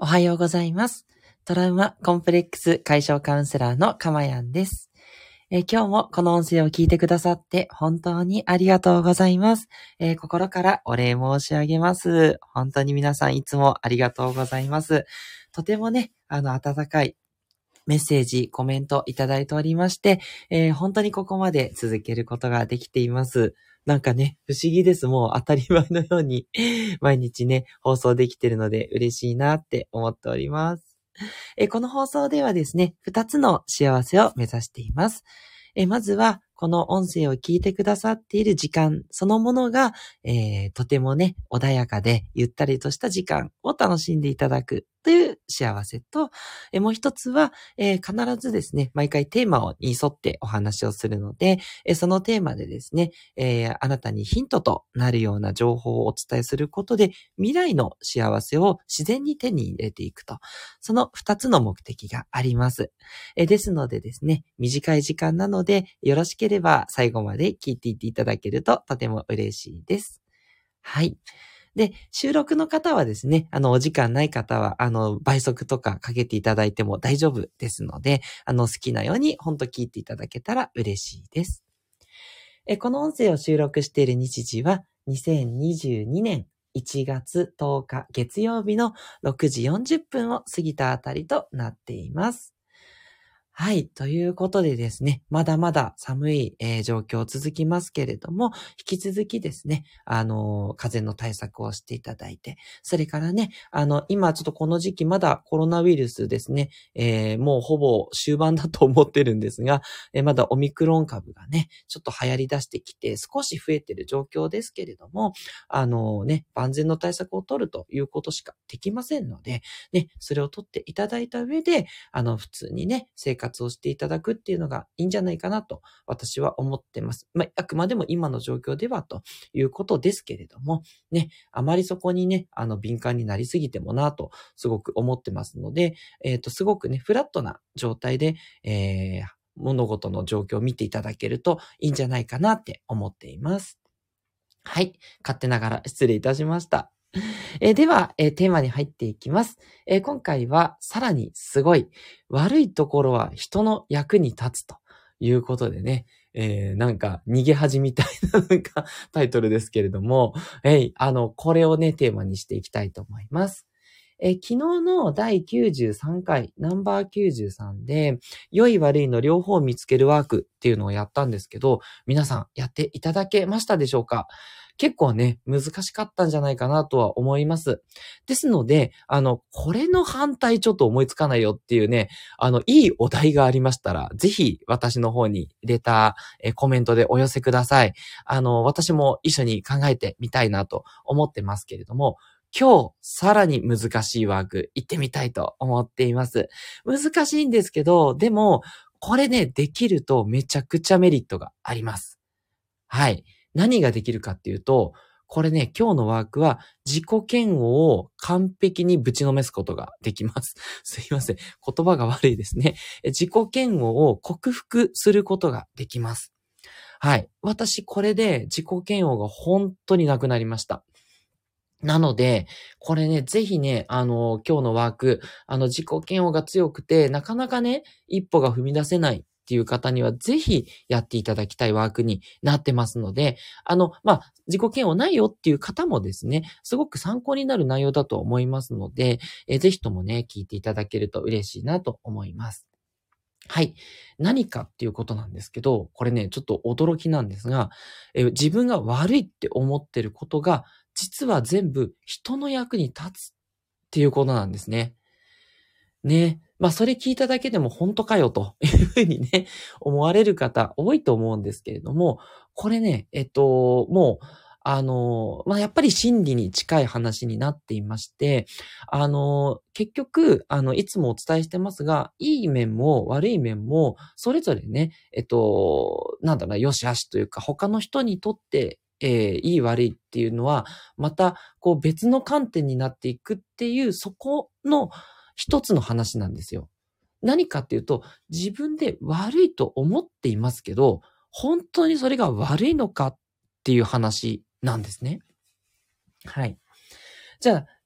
おはようございます。トラウマコンプレックス解消カウンセラーのかまやんです。今日もこの音声を聞いてくださって本当にありがとうございます。心からお礼申し上げます。本当に皆さんいつもありがとうございます。とてもね、温かいメッセージ、コメントいただいておりまして、本当にここまで続けることができています。なんかね、不思議です。もう当たり前のように毎日ね、放送できているので嬉しいなって思っております。この放送ではですね、2つの幸せを目指しています。まずは、この音声を聞いてくださっている時間そのものが、とてもね、穏やかでゆったりとした時間を楽しんでいただくという幸せと、もう一つは、必ずですね、毎回テーマに沿ってお話をするので、そのテーマでですね、あなたにヒントとなるような情報をお伝えすることで、未来の幸せを自然に手に入れていくと。その2つの目的があります。ですのでですね、短い時間なので、よろしければ最後まで聞いていっていただけるととても嬉しいです。はい。で、収録の方はですね、お時間ない方は、倍速とかかけていただいても大丈夫ですので、好きなようにほんと聞いていただけたら嬉しいです。この音声を収録している日時は、2022年1月10日月曜日の6時40分を過ぎたあたりとなっています。はい。ということでですね、まだまだ寒い、状況続きますけれども、引き続きですね、風邪の対策をしていただいて、それからね、今ちょっとこの時期まだコロナウイルスですね、もうほぼ終盤だと思ってるんですが、まだオミクロン株がね、ちょっと流行り出してきて、少し増えてる状況ですけれども、万全の対策を取るということしかできませんので、ね、それを取っていただいた上で、普通にね、生活をしていただくっていうのがいいんじゃないかなと私は思ってます。あくまでも今の状況ではということですけれども、ね、あまりそこにね、敏感になりすぎてもなとすごく思ってますので、すごくね、フラットな状態で、物事の状況を見ていただけるといいんじゃないかなって思っています。はい。勝手ながら失礼いたしました。では、テーマに入っていきます。今回はさらにすごい悪いところは人の役に立つということでね、なんか逃げ恥みたいななんかタイトルですけれども、これをね、テーマにしていきたいと思います。昨日の第93回、ナンバー93で、良い悪いの両方を見つけるワークっていうのをやったんですけど、皆さんやっていただけましたでしょうか？結構ね、難しかったんじゃないかなとは思います。ですので、これの反対ちょっと思いつかないよっていうね、いいお題がありましたら、ぜひ私の方にレター、コメントでお寄せください。私も一緒に考えてみたいなと思ってますけれども、今日、さらに難しいワーク、行ってみたいと思っています。難しいんですけど、でも、これね、できるとめちゃくちゃメリットがあります。はい。何ができるかっていうと、これね、今日のワークは自己嫌悪を完璧にぶちのめすことができます。すいません。言葉が悪いですね。自己嫌悪を克服することができます。はい。私、これで自己嫌悪が本当になくなりました。なので、これね、ぜひね、今日のワーク、自己嫌悪が強くて、なかなかね、一歩が踏み出せないっていう方には、ぜひやっていただきたいワークになってますので、自己嫌悪ないよっていう方もですね、すごく参考になる内容だと思いますので、ぜひともね、聞いていただけると嬉しいなと思います。はい。何かっていうことなんですけど、これね、ちょっと驚きなんですが、自分が悪いって思ってることが、実は全部人の役に立つっていうことなんですね。ね。それ聞いただけでも本当かよというふうにね、思われる方多いと思うんですけれども、これね、もう、やっぱり真理に近い話になっていまして、結局、いつもお伝えしてますが、いい面も悪い面も、それぞれね、良し悪しというか、他の人にとって、いい悪いっていうのは、また、こう別の観点になっていくっていう、そこの一つの話なんですよ。何かっていうと、自分で悪いと思っていますけど、本当にそれが悪いのかっていう話なんですね。はい。じゃあ、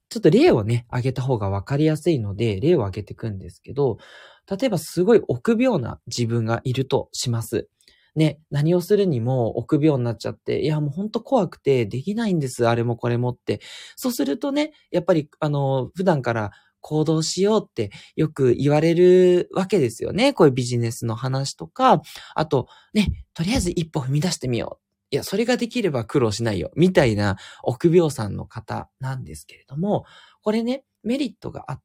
ちょっと例をね、挙げた方がわかりやすいので、例を挙げていくんですけど、例えばすごい臆病な自分がいるとします。ね、何をするにも臆病になっちゃって、いやもうほんと怖くてできないんです、あれもこれもって。そうするとね、やっぱり普段から行動しようってよく言われるわけですよね。こういうビジネスの話とか、あとね、とりあえず一歩踏み出してみよう。いや、それができれば苦労しないよ。みたいな臆病さんの方なんですけれども、これね、メリットがあって、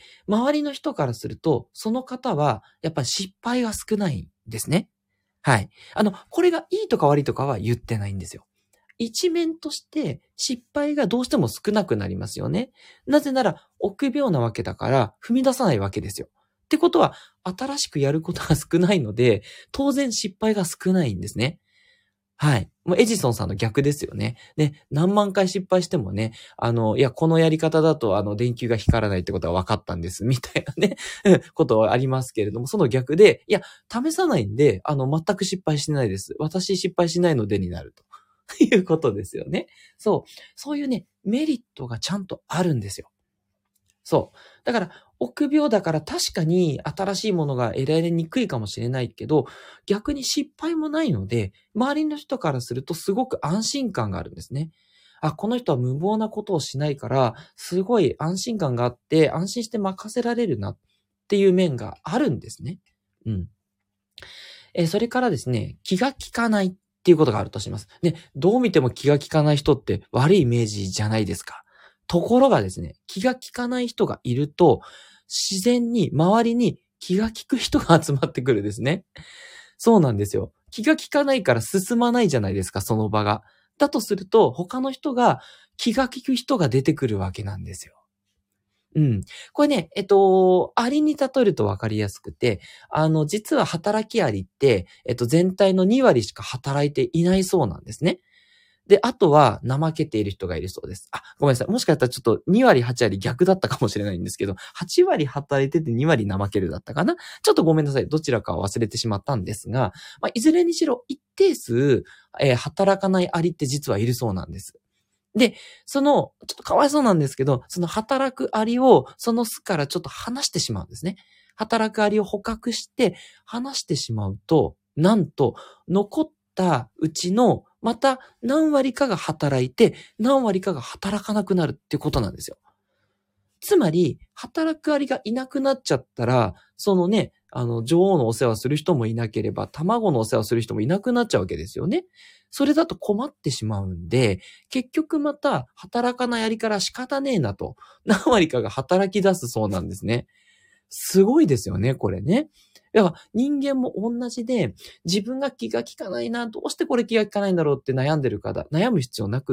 周りの人からすると、その方は、やっぱり失敗が少ないんですね。はい。これがいいとか悪いとかは言ってないんですよ。一面として失敗がどうしても少なくなりますよね。なぜなら臆病なわけだから踏み出さないわけですよ。ってことは新しくやることが少ないので当然失敗が少ないんですね。はい。もうエジソンさんの逆ですよね。ね、何万回失敗してもね、いや、このやり方だと、電球が光らないってことは分かったんです、みたいなね、ことはありますけれども、その逆で、いや、試さないんで、全く失敗しないです。私失敗しないのでになると。いうことですよね。そう。そういうね、メリットがちゃんとあるんですよ。そう。だから、臆病だから確かに新しいものが得られにくいかもしれないけど、逆に失敗もないので、周りの人からするとすごく安心感があるんですね。あ、この人は無謀なことをしないから、すごい安心感があって、安心して任せられるなっていう面があるんですね。うん。それからですね、気が利かないっていうことがあるとします。で、どう見ても気が利かない人って悪いイメージじゃないですか。ところがですね、気が利かない人がいると、自然に周りに気が利く人が集まってくるんですね。そうなんですよ。気が利かないから進まないじゃないですか、その場が。だとすると、他の人が気が利く人が出てくるわけなんですよ。うん。これね、アリに例えると分かりやすくて、実は働きアリって、全体の2割しか働いていないそうなんですね。で、あとは怠けている人がいるそうです。あ、ごめんなさい。もしかしたらちょっと2割、8割逆だったかもしれないんですけど、8割働いてて2割怠けるだったかな。ちょっとごめんなさい。どちらかは忘れてしまったんですが、いずれにしろ一定数、働かないアリって実はいるそうなんです。で、ちょっとかわいそうなんですけど、その働くアリを、その巣からちょっと離してしまうんですね。働くアリを捕獲して、離してしまうと、なんと、残ったうちの、また何割かが働いて、何割かが働かなくなるっていうことなんですよ。つまり、働くアリがいなくなっちゃったら、そのね、女王のお世話する人もいなければ、卵のお世話する人もいなくなっちゃうわけですよね。それだと困ってしまうんで、結局また働かないアリから仕方ねえなと、何割かが働き出すそうなんですね。すごいですよね、これね。だから人間も同じで、自分が気が利かないな、どうしてこれ気が利かないんだろうって悩んでる方、悩む必要なくって、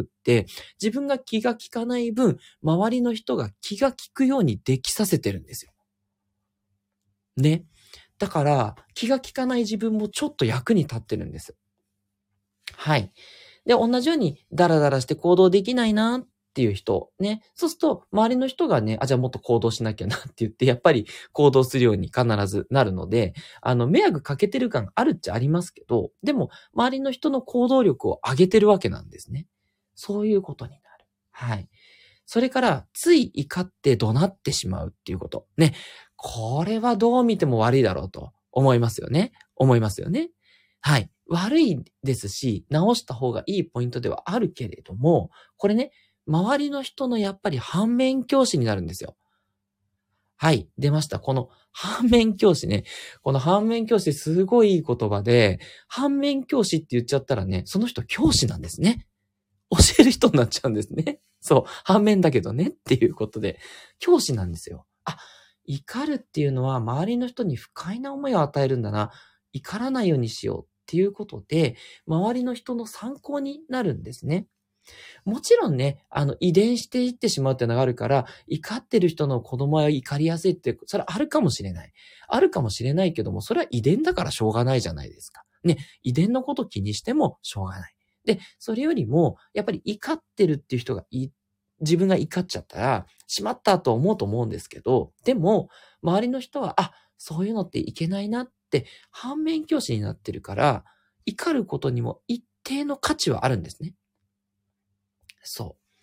自分が気が利かない分、周りの人が気が利くようにできさせてるんですよ。ね。だから、気が利かない自分もちょっと役に立ってるんです。はい。で、同じようにダラダラして行動できないなっていう人、ね。そうすると、周りの人がね、あ、じゃあもっと行動しなきゃなって言って、やっぱり行動するように必ずなるので、迷惑かけてる感あるっちゃありますけど、でも、周りの人の行動力を上げてるわけなんですね。そういうことになる。はい。それから、つい怒って怒鳴ってしまうっていうこと。ね。これはどう見ても悪いだろうと思いますよね。思いますよね。はい。悪いですし、直した方がいいポイントではあるけれども、これね、周りの人のやっぱり反面教師になるんですよ。はい。出ました。この反面教師ね。この反面教師すごいいい言葉で、反面教師って言っちゃったらね、その人教師なんですね。教える人になっちゃうんですね。そう。反面だけどねっていうことで、教師なんですよ。あ、怒るっていうのは周りの人に不快な思いを与えるんだな。怒らないようにしようっていうことで、周りの人の参考になるんですね。もちろんね、遺伝していってしまうっていうのがあるから、怒ってる人の子供は怒りやすいって、それはあるかもしれない。あるかもしれないけども、それは遺伝だからしょうがないじゃないですか。ね、遺伝のこと気にしてもしょうがない。で、それよりも、やっぱり怒ってるっていう人が自分が怒っちゃったら、しまったと思うと思うんですけど、でも、周りの人は、あ、そういうのっていけないなって、反面教師になってるから、怒ることにも一定の価値はあるんですね。そう。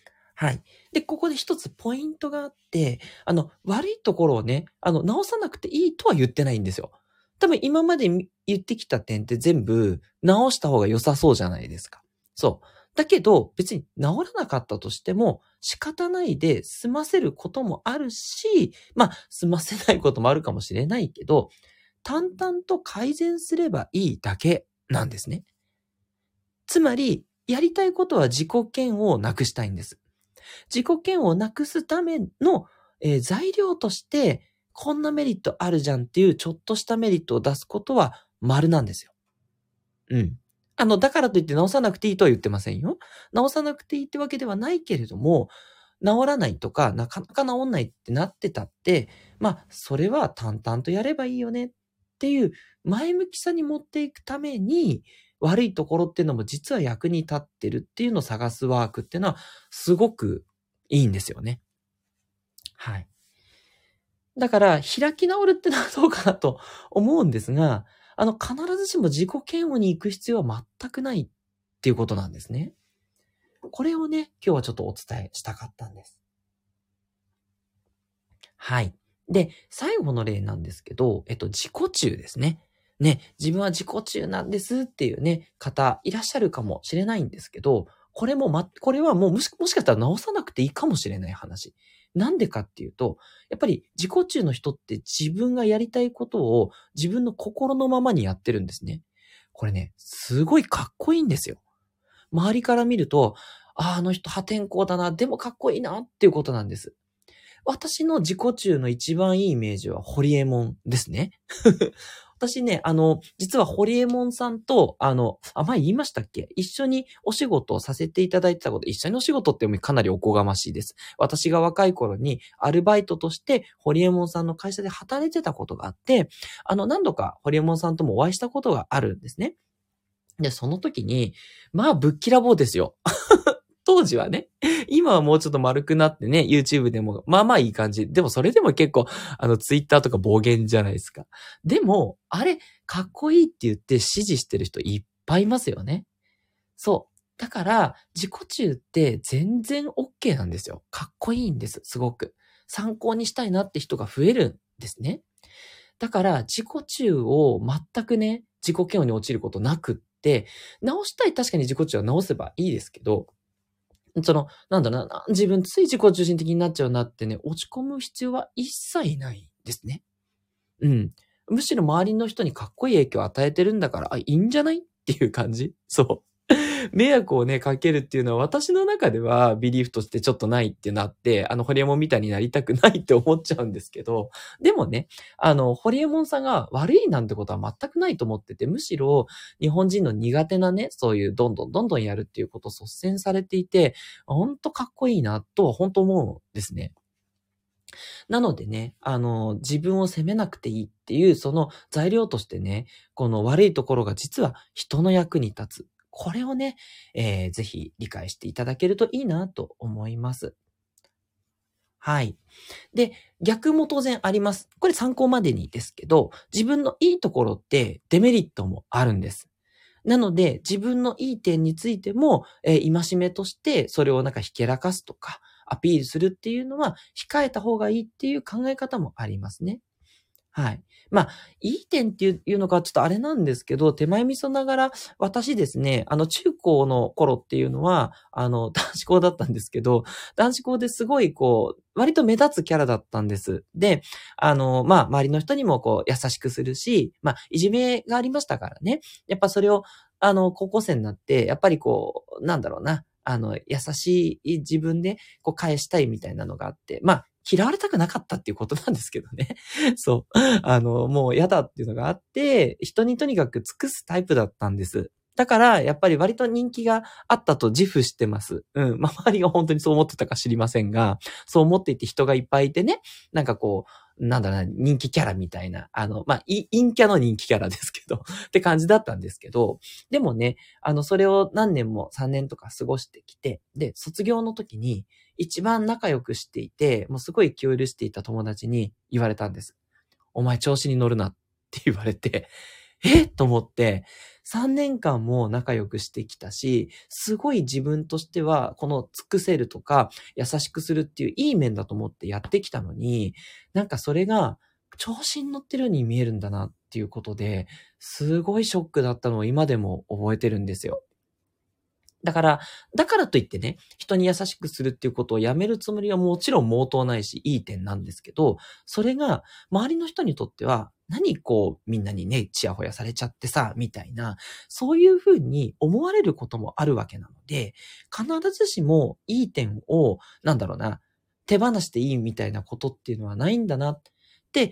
はい。で、ここで一つポイントがあって、悪いところをね、直さなくていいとは言ってないんですよ。多分今まで言ってきた点って全部直した方が良さそうじゃないですか。そう。だけど、別に直らなかったとしても仕方ないで済ませることもあるし、まあ、済ませないこともあるかもしれないけど、淡々と改善すればいいだけなんですね。つまり、やりたいことは自己嫌悪をなくしたいんです。自己嫌悪をなくすための、材料として、こんなメリットあるじゃんっていうちょっとしたメリットを出すことは丸なんですよ。うん。だからといって直さなくていいとは言ってませんよ。直さなくていいってわけではないけれども、治らないとか、なかなか治んないってなってたって、まあ、それは淡々とやればいいよねっていう前向きさに持っていくために、悪いところっていうのも実は役に立ってるっていうのを探すワークっていうのはすごくいいんですよね。はい。だから、開き直るってのはどうかなと思うんですが、必ずしも自己嫌悪に行く必要は全くないっていうことなんですね。これをね、今日はちょっとお伝えしたかったんです。はい。で、最後の例なんですけど、自己中ですね。ね、自分は自己中なんですっていうね、方いらっしゃるかもしれないんですけど、これはもうもしかしたら直さなくていいかもしれない話。なんでかっていうと、やっぱり自己中の人って自分がやりたいことを自分の心のままにやってるんですね。これね、すごいかっこいいんですよ。周りから見ると、あの人破天荒だな、でもかっこいいなっていうことなんです。私の自己中の一番いいイメージはホリエモンですね。私ね、実はホリエモンさんと、前言いましたっけ？一緒にお仕事をさせていただいてたこと、一緒にお仕事ってかなりおこがましいです。私が若い頃にアルバイトとしてホリエモンさんの会社で働いてたことがあって、何度かホリエモンさんともお会いしたことがあるんですね。で、その時に、まあ、ぶっきらぼうですよ。当時はね、今はもうちょっと丸くなってね、YouTube でも、まあまあいい感じ。でもそれでも結構、Twitter とか暴言じゃないですか。でも、あれ、かっこいいって言って支持してる人いっぱいいますよね。そう。だから、自己中って全然 OK なんですよ。かっこいいんです、すごく。参考にしたいなって人が増えるんですね。だから、自己中を全くね、自己嫌悪に陥ることなくって、直したい確かに自己中は直せばいいですけど、なんだろうな、自分つい自己中心的になっちゃうなってね、落ち込む必要は一切ないですね。うん。むしろ周りの人にかっこいい影響を与えてるんだから、いいんじゃないっていう感じ。そう。迷惑をね、かけるっていうのは私の中ではビリーフとしてちょっとないってなって、ホリエモンみたいになりたくないって思っちゃうんですけど、でもね、ホリエモンさんが悪いなんてことは全くないと思ってて、むしろ日本人の苦手なね、そういうどんどんやるっていうことを率先されていて、ほんとかっこいいなとは本当思うんですね。なのでね、自分を責めなくていいっていう、その材料としてね、この悪いところが実は人の役に立つ。これをね、ぜひ理解していただけるといいなと思います。はい。で、逆も当然あります。これ参考までにですけど、自分のいいところってデメリットもあるんです。なので、自分のいい点についても、戒めとして、それをなんかひけらかすとか、アピールするっていうのは、控えた方がいいっていう考え方もありますね。はい。まあ、いい点っていうのがちょっとあれなんですけど、手前味噌ながら、私ですね、中高の頃っていうのは、男子校だったんですけど、男子校ですごい割と目立つキャラだったんです。で、まあ、周りの人にも優しくするし、まあ、いじめがありましたからね。やっぱそれを、高校生になって、やっぱりなんだろうな、優しい自分で、返したいみたいなのがあって、まあ、嫌われたくなかったっていうことなんですけどね。そう。もう嫌だっていうのがあって、人にとにかく尽くすタイプだったんです。だから、やっぱり割と人気があったと自負してます。うん。まあ、周りが本当にそう思ってたか知りませんが、そう思っていて人がいっぱいいてね、なんかなんだろうな、人気キャラみたいな、まあ、陰キャの人気キャラですけど、って感じだったんですけど、でもね、それを何年も3年とか過ごしてきて、で、卒業の時に、一番仲良くしていて、もうすごい気を許していた友達に言われたんです。お前調子に乗るなって言われて、 と思って、3年間も仲良くしてきたし、すごい自分としては、この尽くせるとか、優しくするっていういい面だと思ってやってきたのに、なんかそれが調子に乗ってるように見えるんだなっていうことで、すごいショックだったのを今でも覚えてるんですよ。だからといってね、人に優しくするっていうことをやめるつもりはもちろん毛頭ないし、いい点なんですけど、それが周りの人にとっては、何こうみんなにね、ちやほやされちゃってさ、みたいな、そういうふうに思われることもあるわけなので、必ずしもいい点を、手放していいみたいなことっていうのはないんだなって、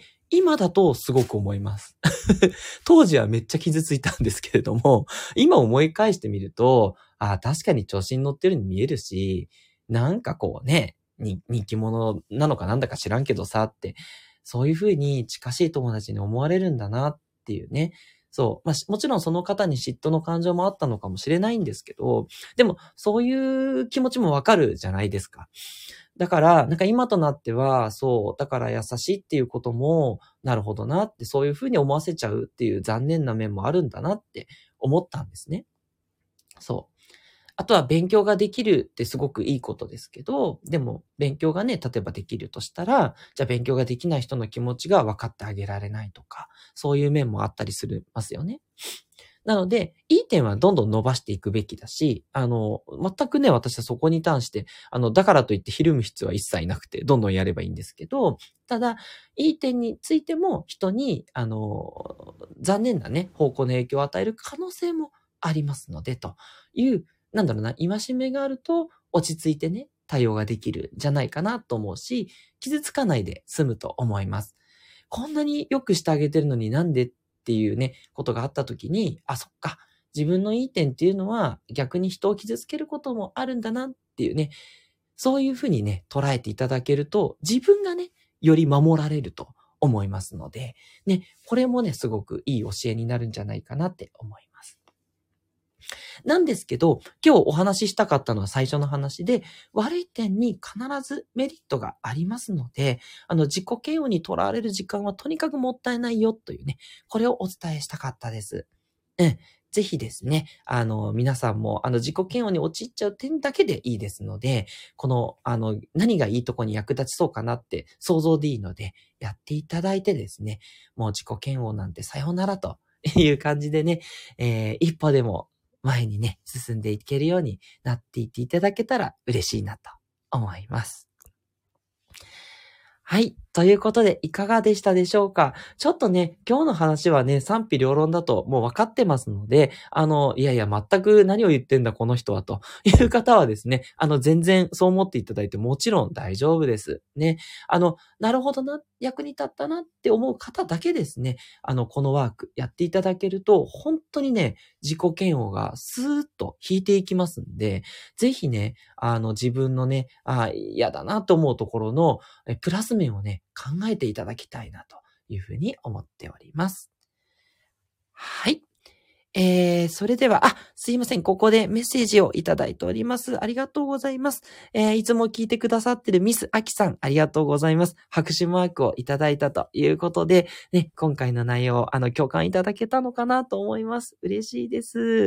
今だとすごく思います。当時はめっちゃ傷ついたんですけれども、今思い返してみると、確かに調子に乗ってるように見えるし、なんかこうね、人気者なのかなんだか知らんけどさって、そういう風に近しい友達に思われるんだなっていうね。そう。もちろんその方に嫉妬の感情もあったのかもしれないんですけど、でもそういう気持ちもわかるじゃないですか。だから、なんか今となっては、そう、だから優しいっていうことも、なるほどなって、そういう風に思わせちゃうっていう残念な面もあるんだなって思ったんですね。そう。あとは勉強ができるってすごくいいことですけど、でも勉強がね、例えばできるとしたら、じゃあ勉強ができない人の気持ちが分かってあげられないとか、そういう面もあったりするますよね。なので、いい点はどんどん伸ばしていくべきだし、全くね、私はそこに関して、だからといってひるむ必要は一切なくて、どんどんやればいいんですけど、ただ、いい点についても人に、残念なね、方向の影響を与える可能性もありますので、という、戒めがあると落ち着いてね、対応ができるんじゃないかなと思うし、傷つかないで済むと思います。こんなに良くしてあげてるのになんでっていうね、ことがあった時に、そっか。自分のいい点っていうのは逆に人を傷つけることもあるんだなっていうね、そういうふうにね、捉えていただけると、自分がね、より守られると思いますので、ね、これもね、すごくいい教えになるんじゃないかなって思います。なんですけど、今日お話ししたかったのは最初の話で、悪い点に必ずメリットがありますので、自己嫌悪にとらわれる時間はとにかくもったいないよというね、これをお伝えしたかったです。うん。ぜひですね、皆さんも、自己嫌悪に陥っちゃう点だけでいいですので、この、何がいいとこに役立ちそうかなって想像でいいので、やっていただいてですね、もう自己嫌悪なんてさようならという感じでね、一歩でも前にね、進んでいけるようになっていっていただけたら嬉しいなと思います。はい。ということで、いかがでしたでしょうか？ちょっとね、今日の話はね、賛否両論だともう分かってますので、いやいや、全く何を言ってんだ、この人は、という方はですね、全然そう思っていただいてもちろん大丈夫です。ね。なるほどな、役に立ったなって思う方だけですね、このワークやっていただけると、本当にね、自己嫌悪がスーッと引いていきますんで、ぜひね、自分のね、嫌だなと思うところのプラス面をね、考えていただきたいなというふうに思っております。はい。それでは、すいません。ここでメッセージをいただいております。ありがとうございます。いつも聞いてくださってるミス・アキさん、ありがとうございます。拍手マークをいただいたということで、ね、今回の内容、共感いただけたのかなと思います。嬉しいです。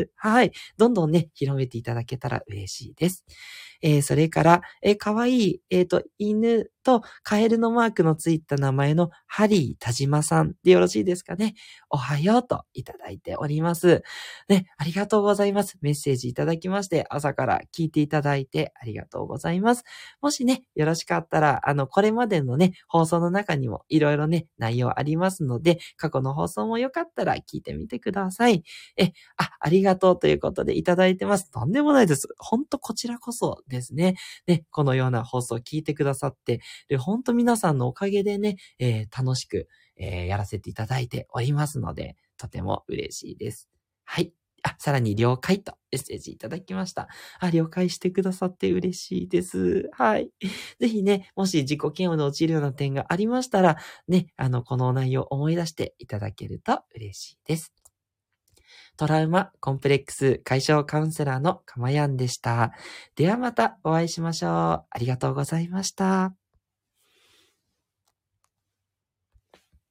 はい。どんどんね、広めていただけたら嬉しいです。それから、かわいい、犬とカエルのマークのついた名前のハリー田島さんでよろしいですかね。おはようといただいております。ね、ありがとうございます。メッセージいただきまして、朝から聞いていただいてありがとうございます。もしね、よろしかったら、これまでのね、放送の中にもいろいろね、内容ありますので、過去の放送もよかったら聞いてみてください。ありがとうということでいただいてます。とんでもないです。ほんとこちらこそですね。ね、このような放送を聞いてくださって、で、ほんと皆さんのおかげでね、楽しく、やらせていただいておりますので、とても嬉しいです。はい。さらに了解とメッセージいただきました。了解してくださって嬉しいです。はい。ぜひね、もし自己嫌悪に陥るような点がありましたら、ね、この内容を思い出していただけると嬉しいです。トラウマコンプレックス解消カウンセラーのかまやんでした。ではまたお会いしましょう。ありがとうございました。